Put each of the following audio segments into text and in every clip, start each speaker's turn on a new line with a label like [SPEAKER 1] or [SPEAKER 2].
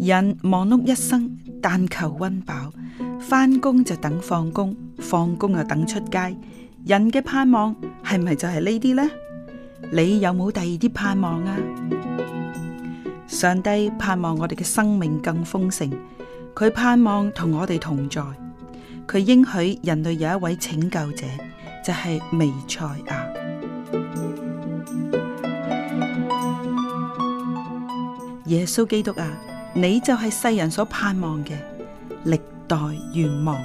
[SPEAKER 1] 人忙碌一生，但求溫飽，返工就等放工，放工又等出街。人嘅盼望係咪就係呢啲呢？你有冇第二啲盼望啊？上帝盼望我哋嘅生命更豐盛，佢盼望同我哋同在，佢應許人類有一位拯救者，就係彌賽亞。耶穌基督啊，你就係世人所盼望嘅歷代願望。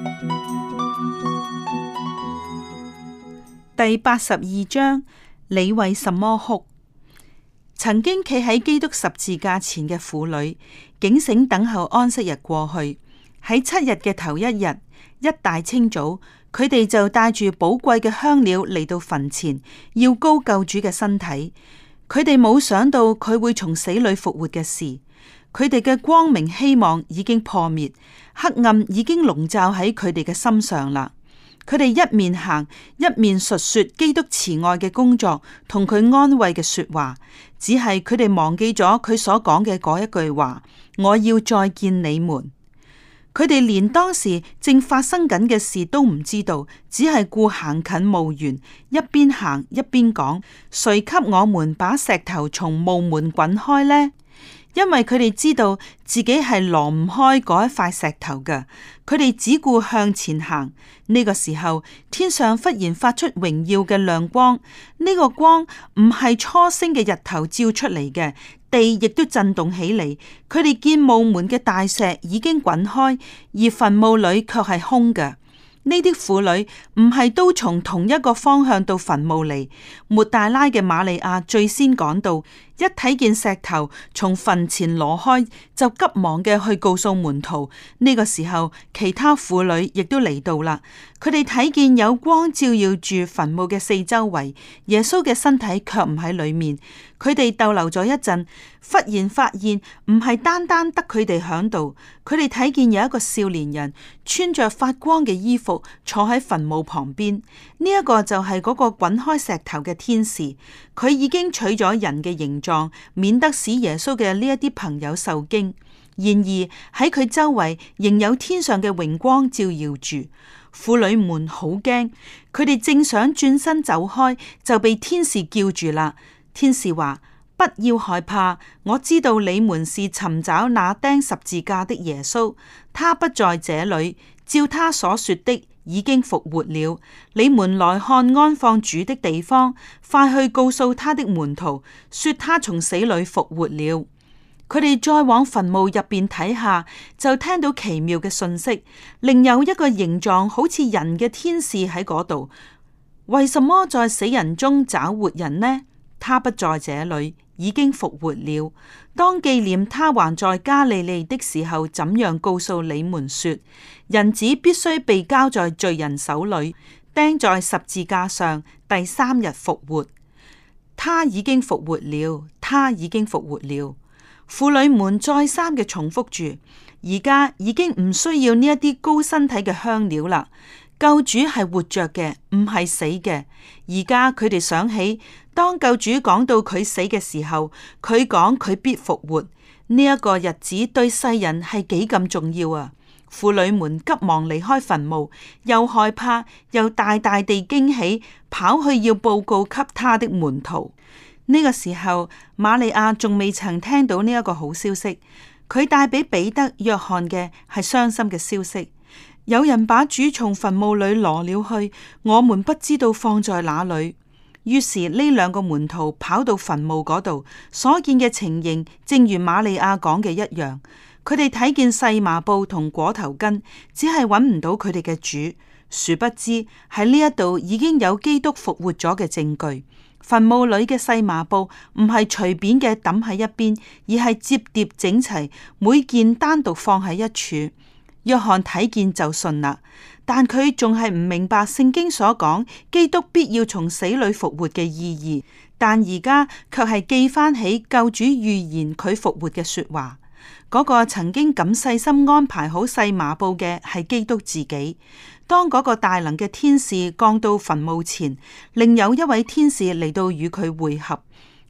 [SPEAKER 1] 第82章，你為什麼哭？曾經企喺基督十字架前嘅婦女，警醒等候安息日過去。喺7日嘅頭一日，一大清早，佢哋就帶住寶貴嘅香料嚟到墳前，要膏救主嘅身體。佢哋冇想到佢會從死裏復活嘅事。佢哋嘅光明希望已經破滅，黑暗已經籠罩喺佢哋嘅心上啦。佢哋一面行，一面述說基督慈愛嘅工作同佢安慰嘅說話，只係佢哋忘記咗佢所講嘅嗰一句話：我要再見你們。佢哋連當時正發生緊嘅事都唔知道，只係顧行近墓園，一邊行一邊講：誰給我們把石頭從墓門滾開呢？因為佢哋知道自己係挪唔開嗰一塊石頭嘅，佢哋只顧向前行。呢個時候，天上忽然發出榮耀嘅亮光，呢個光唔係初升嘅日頭照出嚟嘅，地亦都震動起嚟。佢哋見墓門嘅大石已經滾開，而墳墓裏卻係空嘅。呢啲婦女唔係都從同一個方向到墳墓嚟。抹大拉嘅瑪利亞最先趕到，一睇見石頭從墳前挪開，就急忙嘅去告訴門徒。呢個時候，其他婦女亦都嚟到啦。佢哋睇見有光照耀住墳墓嘅四周圍，耶穌嘅身體卻唔喺裏面。佢哋逗留咗一陣，忽然發現唔係單單得佢哋響度。佢哋睇見有一個少年人穿着發光嘅衣服坐喺墳墓旁邊。呢一個就係嗰個滾開石頭嘅天使，佢已經取咗人嘅形狀，免得使耶穌嘅呢一啲朋友受驚。然而喺佢周圍仍有天上嘅榮光照耀住。婦女們好驚，佢哋正想轉身走開，就被天使叫住啦。天使話：不要害怕，我知道你們是尋找那釘十字架的耶穌，他不在這裏，照他所說的已經復活了。你們來看安放主的地方，快去告訴他的門徒，說他從死裏復活了。佢哋再往墳墓入邊睇下，就聽到奇妙嘅訊息，另有一個形狀好似人嘅天使喺嗰度。為什麼在死人中找活人呢？他不在這裏，已經復活了。當紀念他還在加利利的時候，怎樣告訴你們說，人子必須被交在罪人手裏，釘在十字架上，第3日復活。他已經復活了，他已經復活了。婦女們再三嘅重複住，而家已經唔需要呢一啲高身體嘅香料啦。救主係活着嘅，唔係死嘅。而家佢哋想起，當救主講到佢死嘅時候，佢講佢必復活。呢一個日子對世人係幾咁重要啊！婦女們急忙離開墳墓，又害怕又大大地驚喜，跑去要報告給他的門徒。呢個時候，瑪利亞仲未曾聽到呢一個好消息，佢帶俾彼得、約翰嘅係傷心嘅消息。有人把主從墳墓裏挪了去，我們不知道放在哪裏。於是呢兩個門徒跑到墳墓嗰度，所見嘅情形正如瑪利亞講嘅一樣。佢哋睇見細麻布同裹頭巾，只係揾唔到佢哋嘅主。殊不知喺呢一度已經有基督復活咗嘅證據。墳墓裏嘅細麻布唔係隨便嘅抌喺一邊，而係摺疊整齊，每件單獨放喺一處。約翰睇見就信啦，但佢仲係唔明白聖經所講基督必要從死裏復活嘅意義。但而家卻係記翻起救主預言佢復活嘅說話。嗰個曾經咁細心安排好細麻布嘅係基督自己。當嗰個大能嘅天使降到墳墓前，另有一位天使嚟到與佢會合。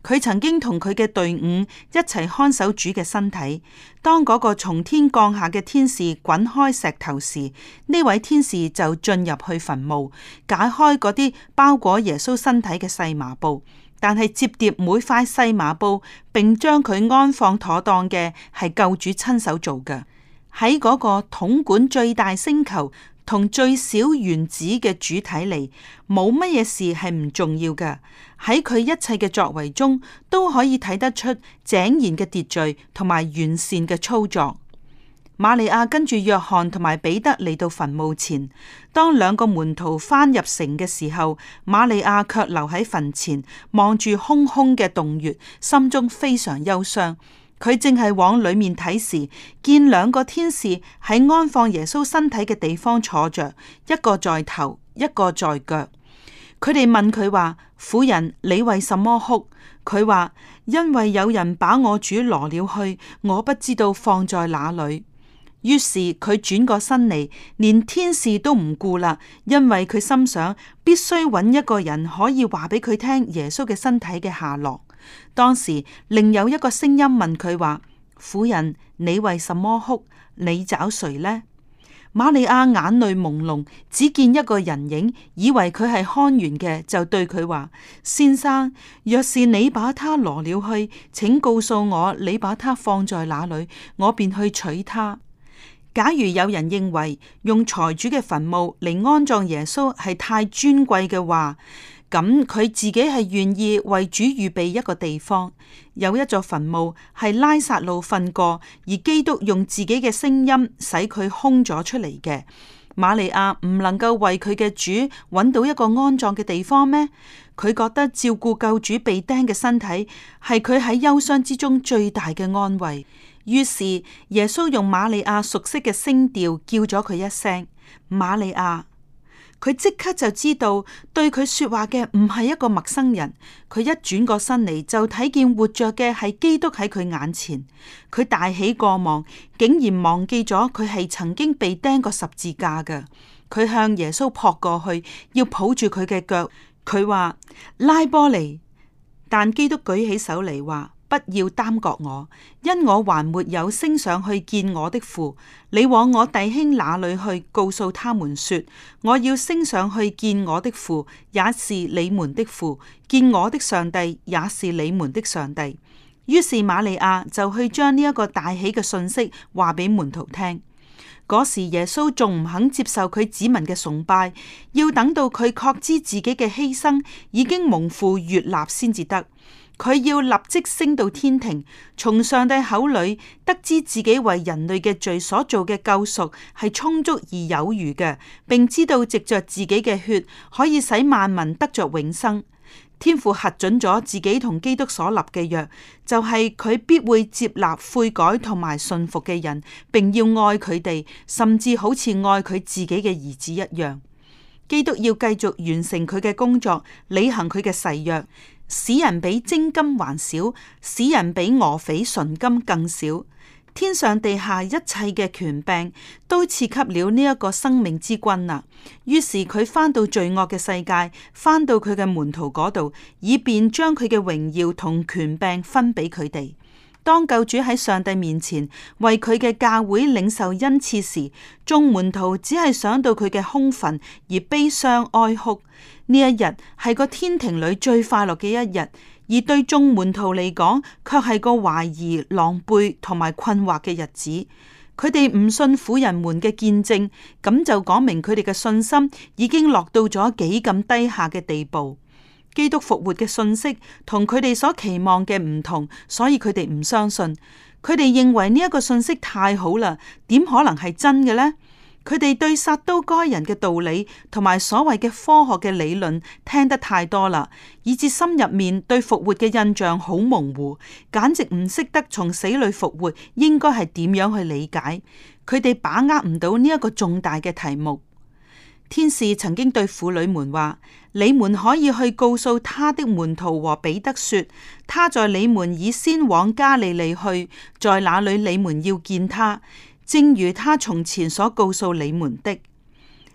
[SPEAKER 1] 佢曾經同佢嘅隊伍一齊看守主嘅身體。當嗰個從天降下嘅天使滾開石頭時，呢位天使就進入去墳墓，解開嗰啲包裹耶穌身體嘅細麻布。但係摺疊每塊細麻布，並將佢安放妥當嘅，係救主親手做嘅。喺嗰個統管最大星球同最小原子嘅主體嚟，冇乜嘢事係唔重要嘅。喺佢一切嘅作為中，都可以睇得出井然嘅秩序同埋完善嘅操作。瑪利亞跟住約翰同埋彼得嚟到墳墓前，當兩個門徒翻入城嘅時候，瑪利亞卻留喺墳前，望住空空嘅洞穴，心中非常憂傷。佢正係往裏面睇時，見兩個天使喺安放耶穌身體嘅地方坐着，一個在頭，一個在腳。佢哋問佢話：婦人，你為什麼哭？佢話：因為有人把我主攞了去，我不知道放在哪裏。於是佢轉過身嚟，連天使都唔顧啦，因為佢心想必須揾一個人可以話俾佢聽耶穌嘅身體嘅下落。當時另有一個聲音問佢話：婦人，你為什麼哭？你找誰呢？瑪利亞眼淚朦朧，只見一個人影，以為佢係看園嘅，就對佢話：先生，若是你把他攞了去，請告訴我你把他放在哪裏，我便去取他。假如有人認為用財主嘅墳墓嚟安葬耶穌係太尊貴嘅話，咁佢自己係願意為主預備一個地方。有一座墳墓係拉撒路瞓過，而基督用自己嘅聲音使佢空咗出嚟嘅。瑪利亞唔能夠為佢嘅主揾到一個安葬嘅地方咩？佢覺得照顧救主被釘嘅身體係佢喺憂傷之中最大嘅安慰。於是耶穌用瑪利亞熟悉嘅聲調叫咗佢一聲瑪利亞，佢即刻就知道對佢說話嘅唔係一個陌生人。佢一轉過身嚟就睇見活着嘅係基督喺佢眼前，佢大喜過望，竟然忘記咗佢係曾經被釘過十字架嘅。佢向耶穌撲過去，要抱住佢嘅腳。佢話拉波尼，但基督舉起手嚟話：不要耽擱我，因我還沒有升上去見我的父。你往我弟兄那裏去，告訴他們說：我要升上去見我的父，也是你們的父；見我的上帝，也是你們的上帝。於是瑪利亞就去將呢一個大喜嘅訊息話俾門徒聽。嗰時耶穌仲唔肯接受佢子民嘅崇拜，要等到佢確知自己嘅犧牲已經蒙父悅納先至得。佢要立即升到天庭，從上帝口裏得知自己為人類嘅罪所做嘅救贖係充足而有餘嘅，並知道藉着自己嘅血可以使萬民得着永生。天父核准咗自己同基督所立嘅約，就係佢必會接納悔改同埋信服嘅人，並要愛佢哋，甚至好似愛佢自己嘅兒子一樣。基督要繼續完成佢嘅工作，履行佢嘅誓約，使人比精金還少，使人比俄斐純金更少。天上地下一切嘅權柄都賜給了呢一個生命之君啊！於是佢返到罪惡嘅世界，返到佢嘅門徒嗰度，以便將佢嘅榮耀同權柄分俾佢哋。當救主喺上帝面前為佢嘅教會領受恩賜時，眾門徒只係想到佢嘅空墳而悲傷哀哭。呢一日係個天庭裏最快樂嘅一日，而對眾門徒嚟講，卻係個懷疑、狼狽同埋困惑嘅日子。佢哋唔信婦人們嘅見證，咁就講明佢哋嘅信心已經落到咗幾咁低下嘅地步。基督復活嘅信息同佢哋所期望嘅唔同，所以佢哋唔相信。佢哋認為呢一個信息太好啦，點可能係真嘅呢？佢哋對撒都該人嘅道理同埋所謂嘅科學嘅理論聽得太多啦，以致心入面對復活嘅印象好模糊，簡直唔識得從死裏復活應該係點樣去理解。佢哋把握唔到呢一個重大嘅題目。天使曾經對婦女們話：你們可以去告訴他的門徒和彼得說，他在你們以先往加利利去，在那裏你們要見他，正如他從前所告訴你們的。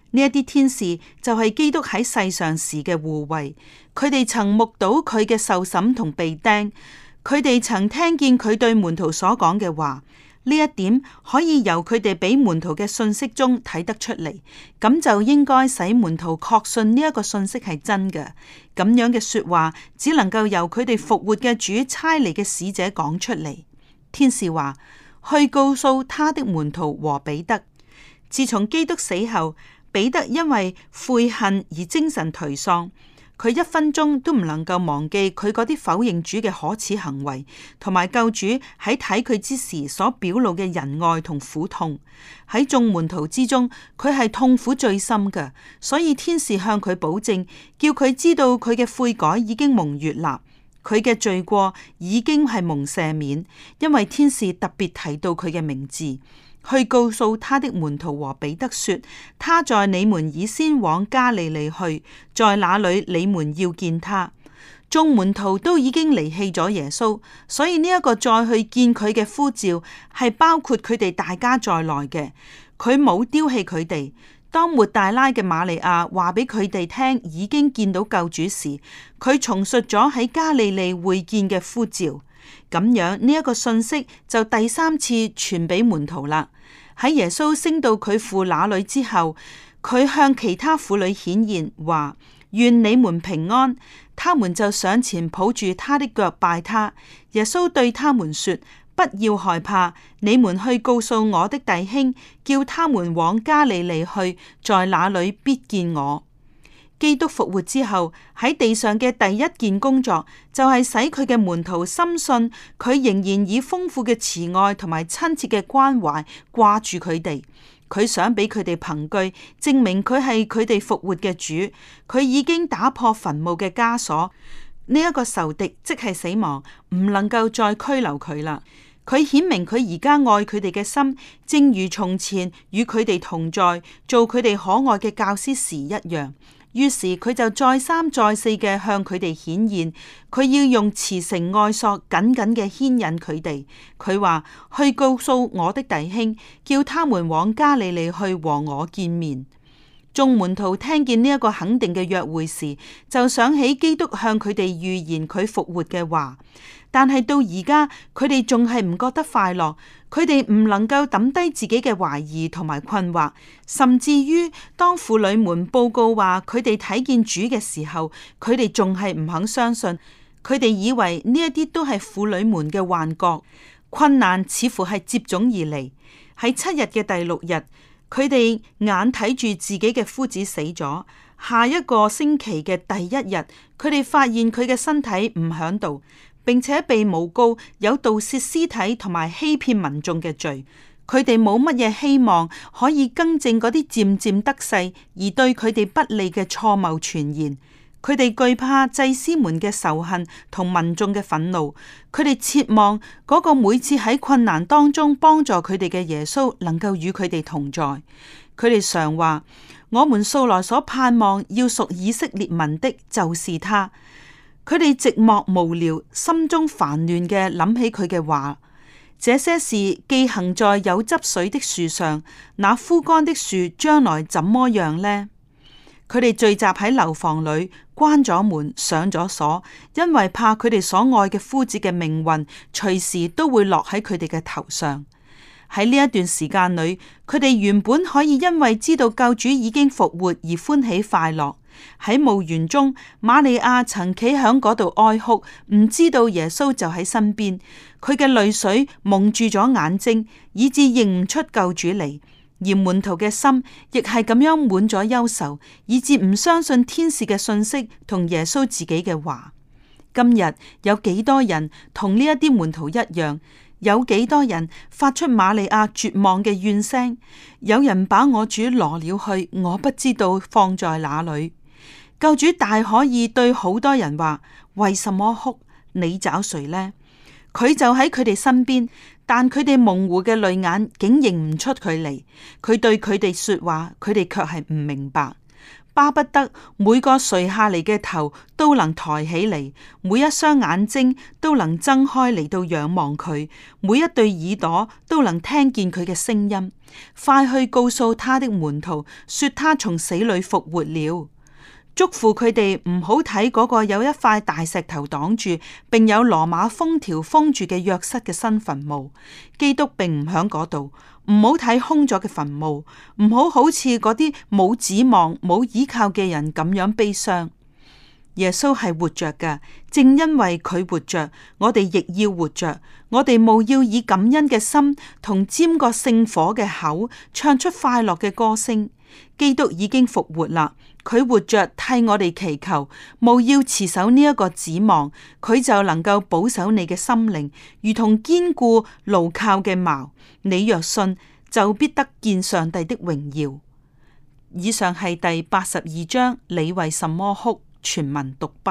[SPEAKER 1] 呢一啲天使就係基督喺世上時嘅護衛，佢哋曾目睹佢嘅受審同被釘，佢哋曾聽見佢對門徒所講嘅話。呢一點可以由佢哋俾門徒嘅信息中睇得出嚟，咁就應該使門徒確信呢一個信息係真嘅。咁樣嘅說話只能夠由佢哋復活嘅主差嚟嘅使者講出嚟。天使話：去告訴他的門徒和彼得。自從基督死後，彼得因為悔恨而精神頹喪。佢一分鐘都唔能夠忘記佢嗰啲否認主嘅可恥行為，同埋救主喺睇佢之時所表露嘅仁愛同苦痛。喺眾門徒之中，佢係痛苦最深嘅，所以天使向佢保證，叫佢知道佢嘅悔改已經蒙悅納，佢嘅罪過已經係蒙赦免，因為天使特別提到佢嘅名字。去告訴他的門徒和彼得說，他在你們以先往加利利去，在那裏你們要見他。眾門徒都已經離棄咗耶穌，所以呢一個再去見佢嘅呼召係包括佢哋大家在內嘅。佢冇丟棄佢哋。當抹大拉嘅瑪利亞話俾佢哋聽已經見到救主時，佢重述咗喺加利利會見嘅呼召。咁樣呢一個信息就第三次傳俾門徒啦。喺耶穌升到佢父那裏之後，佢向其他婦女顯現，話願你們平安。他們就上前抱住他的腳拜他。耶穌對他們說：不要害怕，你們去告訴我的弟兄，叫他們往加利利去，在那裏必見我。基督復活之後，喺地上嘅第一件工作就係使佢嘅門徒深信佢仍然以豐富嘅慈愛同埋親切嘅關懷掛住佢哋。佢想俾佢哋憑據證明佢係佢哋復活嘅主。佢已經打破墳墓嘅枷鎖，呢一個仇敵即係死亡，唔能夠再拘留佢啦。佢顯明佢而家愛佢哋嘅心，正如從前與佢哋同在，做佢哋可愛嘅教師時一樣。於是佢就再三再四嘅向佢哋顯現，佢要用慈繩愛索緊緊嘅牽引佢哋。佢話：去告訴我的弟兄，叫他們往加利利去和我見面。眾門徒聽見呢一個肯定嘅約會時，就想起基督向佢哋預言佢復活嘅話。但係到而家，佢哋仲係唔覺得快樂，佢哋唔能夠抌低自己嘅懷疑同埋困惑，甚至於當婦女們報告話佢哋睇見主嘅時候，佢哋仲係唔肯相信，佢哋以為呢一啲都係婦女們嘅幻覺。困難似乎係接踵而嚟。喺7日嘅第6日，佢哋眼睇住自己嘅夫子死咗。下一個星期嘅第1日，佢哋發現佢嘅身體唔響度，並且被誣告有盜竊屍體同埋欺騙民眾嘅罪。佢哋冇乜嘢希望可以更正嗰啲漸漸得勢而對佢哋不利嘅錯謬傳言。佢哋懼怕祭司們嘅仇恨同民眾嘅憤怒。佢哋切望嗰個每次喺困難當中幫助佢哋嘅耶穌能夠與佢哋同在。佢哋常話：我們素來所盼望要屬以色列民的，就是他。佢哋寂寞無聊，心中煩亂嘅諗起佢嘅話。這些事既行在有汁水的樹上，那枯乾的樹將來怎麼樣呢？佢哋聚集喺樓房裏，關咗門，上咗鎖，因為怕佢哋所愛嘅夫子嘅命運隨時都會落喺佢哋嘅頭上。喺呢一段時間裏，佢哋原本可以因為知道救主已經復活而歡喜快樂。喺墓園中，瑪利亞曾企喺嗰度哀哭，唔知道耶穌就喺身邊。佢嘅淚水蒙住咗眼睛，以致認唔出救主嚟。而門徒嘅心亦係咁樣滿咗憂愁，以致唔相信天使嘅信息同耶穌自己嘅話。今日有幾多人同呢一啲門徒一樣？有幾多人發出瑪利亞絕望嘅怨聲？有人把我主攞了去，我不知道放在哪裏。救主大可以對好多人話：為什麼哭？你找誰呢？佢就喺佢哋身邊，但佢哋模糊嘅淚眼竟認唔出佢嚟。佢對佢哋說話，佢哋卻係唔明白。 巴不得每個垂下嚟嘅頭都能抬起嚟，每一雙眼睛都能睜開嚟到仰望佢，每一對耳朵都能聽見佢嘅聲音。快去告訴他的門徒，說他從死裏復活了。囑咐佢哋唔好睇嗰個有一塊大石頭擋住，並有羅馬封條封住嘅約瑟嘅新墳墓。基督並唔響嗰度。唔好睇空咗嘅墳墓，唔好好似嗰啲冇指望、冇依靠嘅人咁樣悲傷。耶穌係活着嘅，正因為佢活着，我哋亦要活着。我哋務要以感恩嘅心同沾過聖火嘅口，唱出快樂嘅歌聲。基督已經復活啦，佢活着替我哋祈求，務要持守呢一個指望，佢就能夠保守你嘅心靈，如同堅固牢靠嘅矛。你若信，就必得見上帝的榮耀。以上係第82章，你為什麼哭？全文讀畢。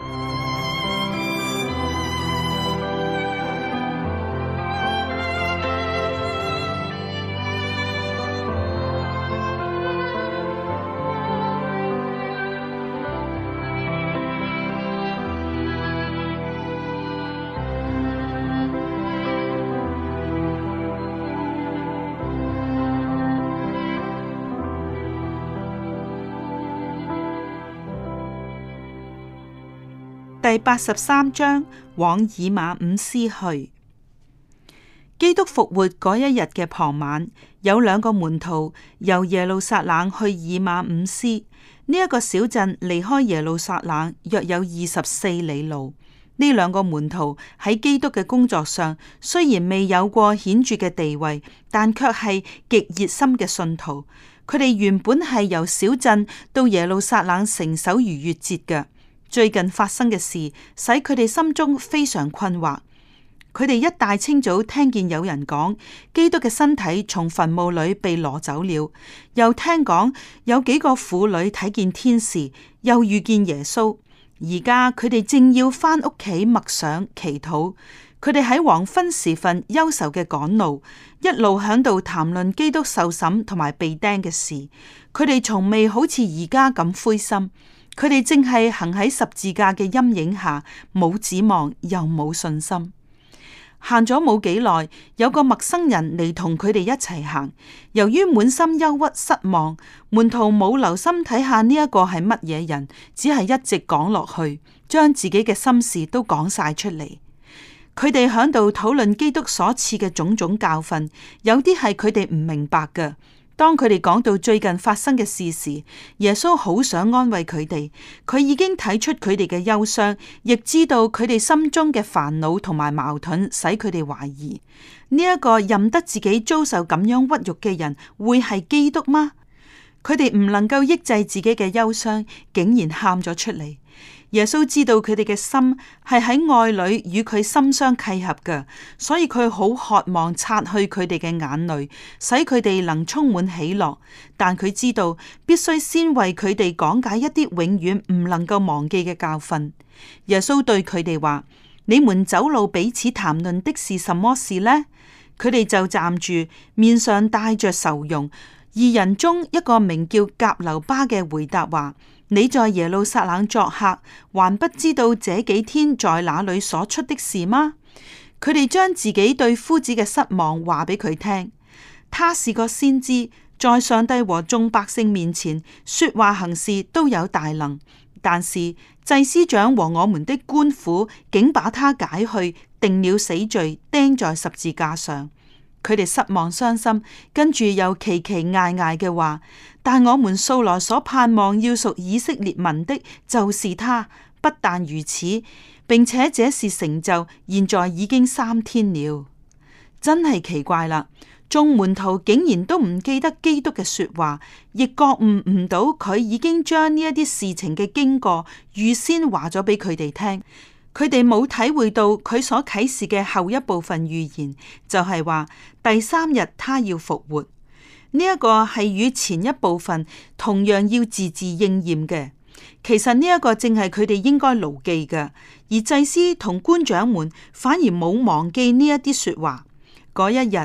[SPEAKER 1] 第83章，往以馬忤斯去。基督復活嗰一日嘅傍晚，有兩個門徒由耶路撒冷去以馬忤斯。呢一個小鎮離開耶路撒冷約有24里路。呢兩個門徒喺基督嘅工作上雖然未有過顯著嘅地位，但卻係極熱心嘅信徒。佢哋原本係由小鎮到耶路撒冷城守逾越節嘅。最近發生嘅事使佢哋心中非常困惑。佢哋一大清早聽見有人講基督嘅身體從墳墓裏被攞走了，又聽講有幾個婦女睇見天使，又遇見耶穌。而家佢哋正要返屋企默想祈禱。佢哋喺黃昏時分憂愁嘅趕路，一路響度談論基督受審同埋被釘嘅事。佢哋從未好似而家咁灰心。佢哋正係行喺十字架嘅陰影下，冇指望又冇信心。行咗冇幾耐，有個陌生人嚟同佢哋一齊行。由於滿心憂鬱失望，門徒冇留心睇下呢一個係乜嘢人，只係一直講落去，將自己嘅心事都講晒出嚟。佢哋響度討論基督所賜嘅種種教訓，有啲係佢哋唔明白嘅。當佢哋講到最近發生嘅事時，耶穌好想安慰佢哋。佢已經睇出佢哋嘅憂傷，亦知道佢哋心中嘅煩惱同埋矛盾，使佢哋懷疑呢一個任得自己遭受咁樣屈辱嘅人，會係基督嗎？佢哋唔能夠抑制自己嘅憂傷，竟然喊咗出嚟。耶穌知道佢哋嘅心係喺愛裏與佢心相契合嘅，所以佢好渴望擦去佢哋嘅眼淚，使佢哋能充滿喜樂。但佢知道必須先為佢哋講解一啲永遠唔能夠忘記嘅教訓。耶穌對佢哋話：你們走路彼此談論的是什麼事呢？佢哋就站住，面上帶着愁容。二人中一個名叫革流巴嘅回答話：你在耶路撒冷作客，還不知道這幾天在哪裏所出的事嗎？佢哋將自己對夫子嘅失望話俾佢聽。他是個先知，在上帝和眾百姓面前說話行事都有大能，但是祭司長和我們的官府竟把他解去，定了死罪，釘在十字架上。佢哋失望傷心，跟住又期期艾艾嘅話，但我們素來所盼望要屬以色列民的，就是他。不但如此，並且這事成就，現在已經3天了。真係奇怪啦！眾門徒竟然都唔記得基督嘅說話，亦覺悟唔到佢已經將呢一啲事情嘅經過預先話咗俾佢哋聽。佢哋冇體會到佢所啟示嘅後一部分預言，就係話第3日他要復活。呢一個係與前一部分同樣要字字應驗嘅。其實呢一個正係佢哋應該牢記嘅，而祭司同官長們反而冇忘記呢一啲說話。嗰一日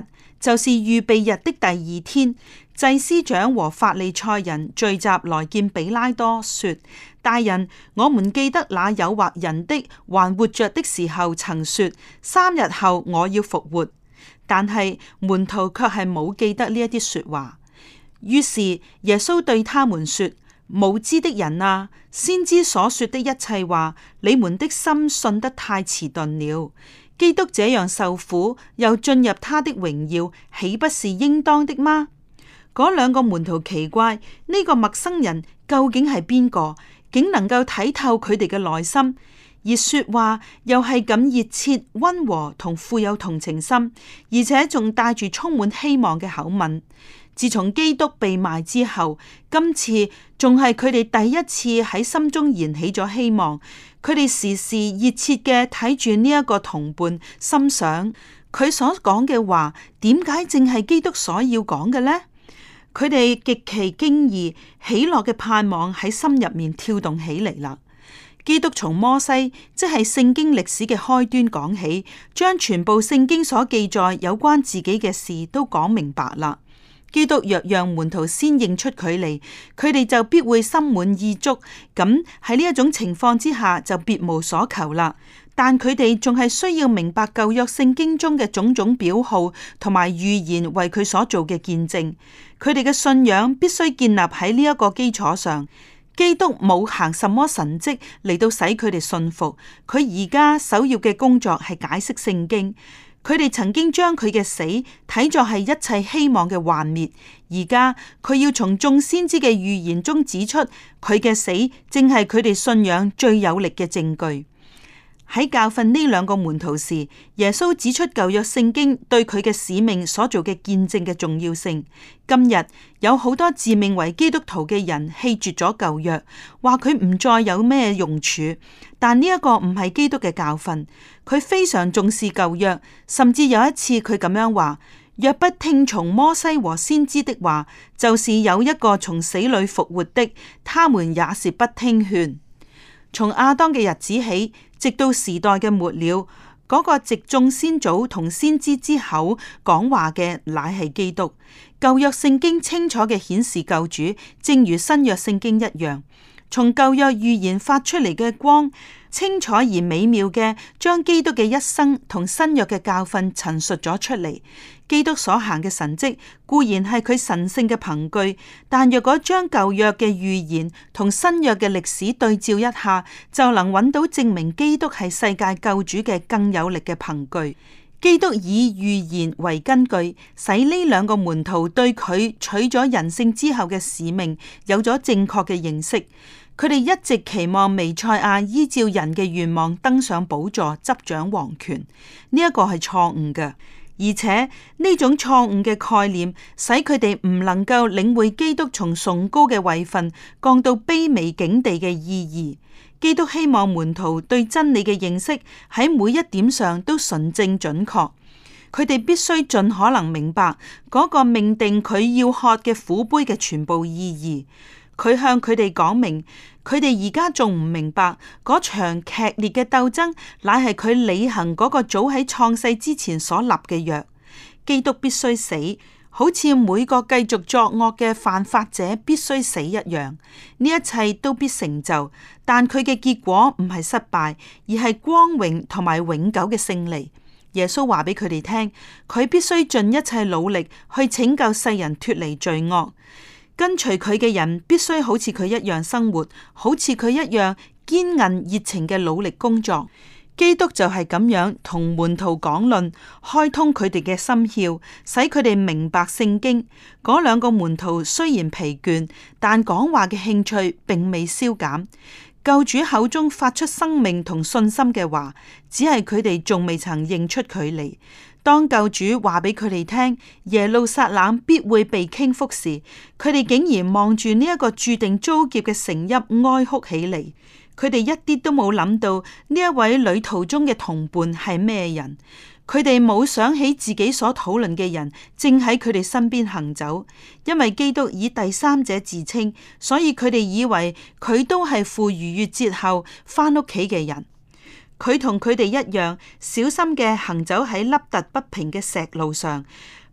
[SPEAKER 1] 就是預備日的第二天，祭司長和法利賽人聚集來見彼拉多，說：大人，我們記得那誘惑人的還活着的時候，曾說3日後我要復活。但係門徒卻係冇記得呢一啲說話。於是耶穌對他們說：無知的人啊，先知所說的一切話，你們的心信得太遲鈍了。基督這樣受苦，又進入他的榮耀，豈不是應當的嗎？嗰2個門徒奇怪，呢個陌生人究竟係邊個，竟能夠睇透佢哋嘅內心，而說話又係咁熱切、溫和同富有同情心，而且仲帶住充滿希望嘅口吻。自從基督被賣之後，今次仲係佢哋第一次喺心中燃起咗希望。佢哋時時熱切嘅睇住呢一個同伴，心想佢所講嘅話，點解正係基督所要講嘅呢？佢哋極其驚異，喜樂嘅盼望喺心入面跳動起嚟啦。基督從摩西，即係聖經歷史嘅開端講起，將全部聖經所記載有關自己嘅事都講明白啦。基督若讓門徒先認出佢嚟，佢哋就必會心滿意足。咁喺呢一種情況之下，就別無所求啦。但佢哋仲係需要明白舊約聖經中嘅種種表號同埋預言為佢所做嘅見證。佢哋嘅信仰必須建立喺呢一個基礎上。基督冇行什麼神蹟嚟到使佢哋信服，佢而家首要嘅工作係解釋聖經。佢哋曾經將佢嘅死睇作係一切希望嘅幻滅，而家佢要從眾先知嘅預言中指出，佢嘅死正係佢哋信仰最有力嘅證據。喺教訓呢2個門徒時，耶穌指出舊約聖經對佢嘅使命所做嘅見證嘅重要性。今日有好多自命為基督徒嘅人棄絕咗舊約，話佢唔再有咩用處。但呢一個唔係基督嘅教訓，佢非常重視舊約，甚至有一次佢咁樣話：若不聽從摩西和先知的話，就是有一個從死裏復活的，他們也是不聽勸。從亞當嘅日子起，直到時代嘅末了，嗰個藉眾先祖同先知之口講話嘅，乃係基督。舊約聖經清楚嘅顯示救主，正如新約聖經一樣。從舊約預言發出嚟嘅光，清楚而美妙嘅將基督嘅一生同新約嘅教訓陳述咗出嚟。基督所行嘅神蹟固然係佢神聖嘅憑據，但若果將舊約嘅預言同新約嘅歷史對照一下，就能揾到證明基督係世界救主嘅更有力嘅憑據。基督以預言為根據，使呢2個門徒對佢取咗人性之後嘅使命有咗正確嘅認識。佢哋一直期望彌賽亞依照人嘅願望登上寶座執掌王權，呢一個係錯誤嘅，而且呢種錯誤嘅概念使佢哋唔能夠領會基督從崇高嘅位份降到卑微境地嘅意義。基督希望門徒對真理嘅認識喺每一點上都純正準確，佢哋必須盡可能明白嗰個命定佢要喝嘅苦杯嘅全部意義。佢向佢哋講明，佢哋而家仲唔明白嗰場劇烈嘅鬥爭，乃係佢履行嗰個早喺創世之前所立嘅約。基督必須死，好似每個繼續作惡嘅犯法者必須死一樣。呢一切都必成就，但佢嘅結果唔係失敗，而係光榮同埋永久嘅勝利。耶穌話俾佢哋聽，佢必須盡一切努力去拯救世人脫離罪惡。跟隨佢嘅人必須好似佢一樣生活，好似佢一樣堅韌熱情嘅努力工作。基督就係咁樣同門徒講論，開通佢哋嘅心竅，使佢哋明白聖經。嗰2個門徒雖然疲倦，但講話嘅興趣並未消減。救主口中發出生命同信心嘅話，只係佢哋仲未曾認出佢嚟。當救主話俾佢哋聽耶路撒冷必會被傾覆時，佢哋竟然望住呢一個注定遭劫嘅城邑哀哭起嚟。佢哋一啲都冇諗到呢一位旅途中嘅同伴係咩人，佢哋冇想起自己所討論嘅人正喺佢哋身邊行走。因為基督以第三者自稱，所以佢哋以為佢都係赴逾越節後翻屋企嘅人。佢同佢哋一樣，小心嘅行走喺凹凸不平嘅石路上，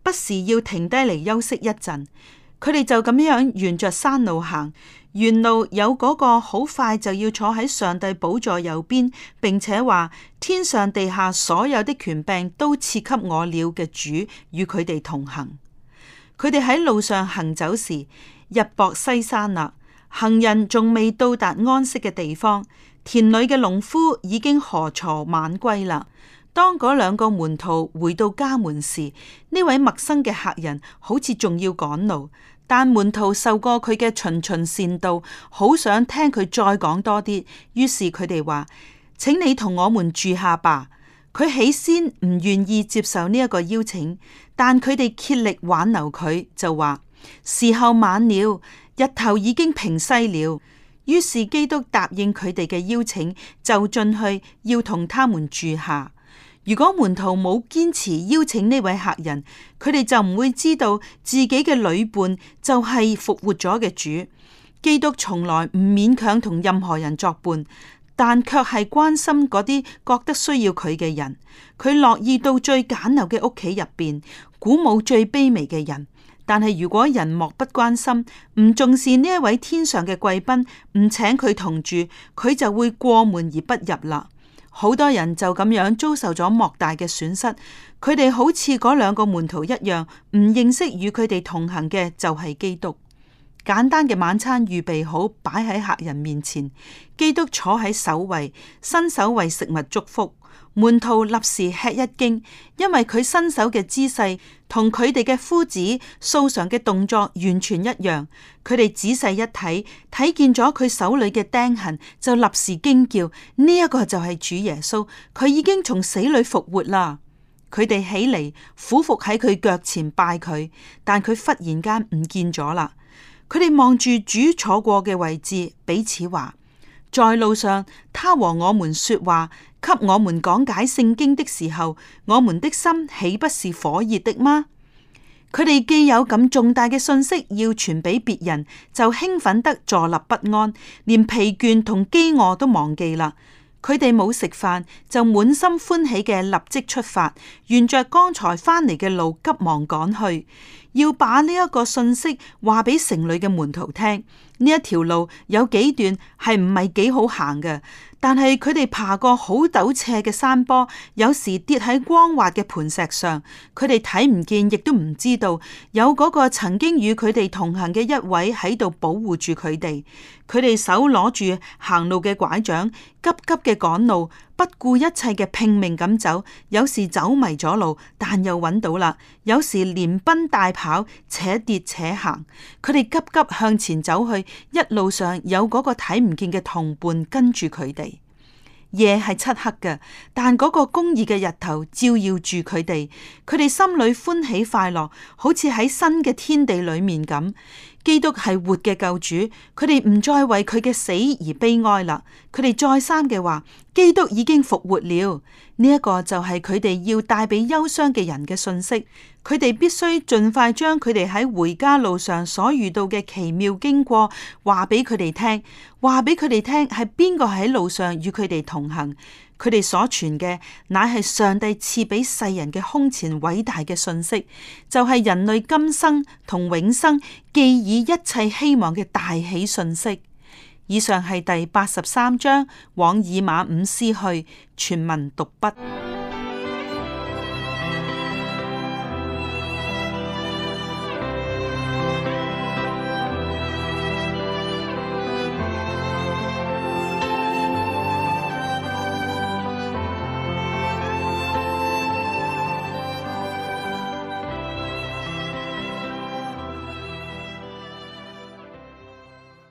[SPEAKER 1] 不時要停低嚟休息一陣。佢哋就咁樣沿着山路行，沿路有嗰個好快就要坐喺上帝寶座右邊，並且話天上地下所有的權柄都賜給我了嘅主與佢哋同行。佢哋喺路上行走時，日薄西山啦，行人仲未到達安息嘅地方，田裏嘅農夫已經河鋤晚歸啦。當嗰兩個門徒回到家門時，呢位陌生嘅客人好似仲要趕路。但門徒受過佢嘅循循善導，好想聽佢再講多啲，於是佢哋話：請你同我們住下吧。佢起先唔願意接受呢一個邀請，但佢哋竭力挽留佢，就話：時候晚了，日頭已經平西了。於是基督答應佢哋嘅邀請，就進去要同他們住下。如果門徒冇堅持邀請呢位客人，佢哋就唔會知道自己嘅旅伴就係復活咗嘅主。基督從來唔勉強同任何人作伴，但卻係關心嗰啲覺得需要佢嘅人。佢樂意到最簡陋嘅屋企入邊，鼓舞最卑微嘅人。但係如果人漠不關心，唔重視呢一位天上嘅貴賓，唔請佢同住，佢就會過門而不入啦。好多人就咁樣遭受咗莫大嘅損失，佢哋好似嗰兩個門徒一樣，唔認識與佢哋同行嘅就係基督。簡單嘅晚餐預備好，擺喺客人面前，基督坐喺首位，伸手為食物祝福。門徒立時吃一驚，因為佢伸手嘅姿勢同佢哋嘅夫子素常嘅動作完全一樣。佢哋仔細一睇，睇見咗佢手裏嘅釘痕，就立時驚叫：呢一個就係主耶穌，佢已經從死裏復活啦！佢哋起嚟，俯伏喺佢腳前拜佢，但佢忽然間唔見咗啦。佢哋望住主坐過嘅位置，彼此話：在路上，他和我們說話，給我們講解聖經的時候，我們的心豈不是火熱的嗎？佢哋既有咁重大嘅信息要傳俾別人，就興奮得坐立不安，連疲倦同飢餓都忘記啦。佢哋冇食飯，就滿心歡喜嘅立即出發，沿着剛才翻嚟嘅路急忙趕去，要把呢一個信息話俾城裏嘅門徒聽。呢一條路有幾段係唔係幾好行嘅，但係佢哋爬過好陡斜嘅山坡，有時跌喺光滑嘅磐石上，佢哋睇唔見，亦都唔知道有嗰個曾經與佢哋同行嘅一位喺度保護住佢哋。佢哋手攞住行路嘅拐杖，急急嘅趕路，不顧一切嘅拼命咁走，有時走迷咗路，但又揾到啦；有時連奔帶跑，且跌且行。佢哋急急向前走去，一路上有嗰個睇唔見嘅同伴跟住佢哋。夜係漆黑嘅，但嗰個公義嘅日頭照耀住佢哋，佢哋心裏歡喜快樂，好似喺新嘅天地裏面咁。基督係活嘅救主，佢哋唔再為佢嘅死而悲哀啦。佢哋再三嘅話，基督已經復活了。呢一個就係佢哋要帶俾憂傷嘅人嘅信息。佢哋必須盡快將佢哋喺回家路上所遇到嘅奇妙經過話俾佢哋聽，話俾佢哋聽係邊個喺路上與佢哋同行。佢哋所傳嘅乃係上帝賜俾世人嘅空前偉大嘅信息，就係人類今生同永生寄以一切希望嘅大喜信息。以上係第83章，往以馬忤斯去，全文讀畢。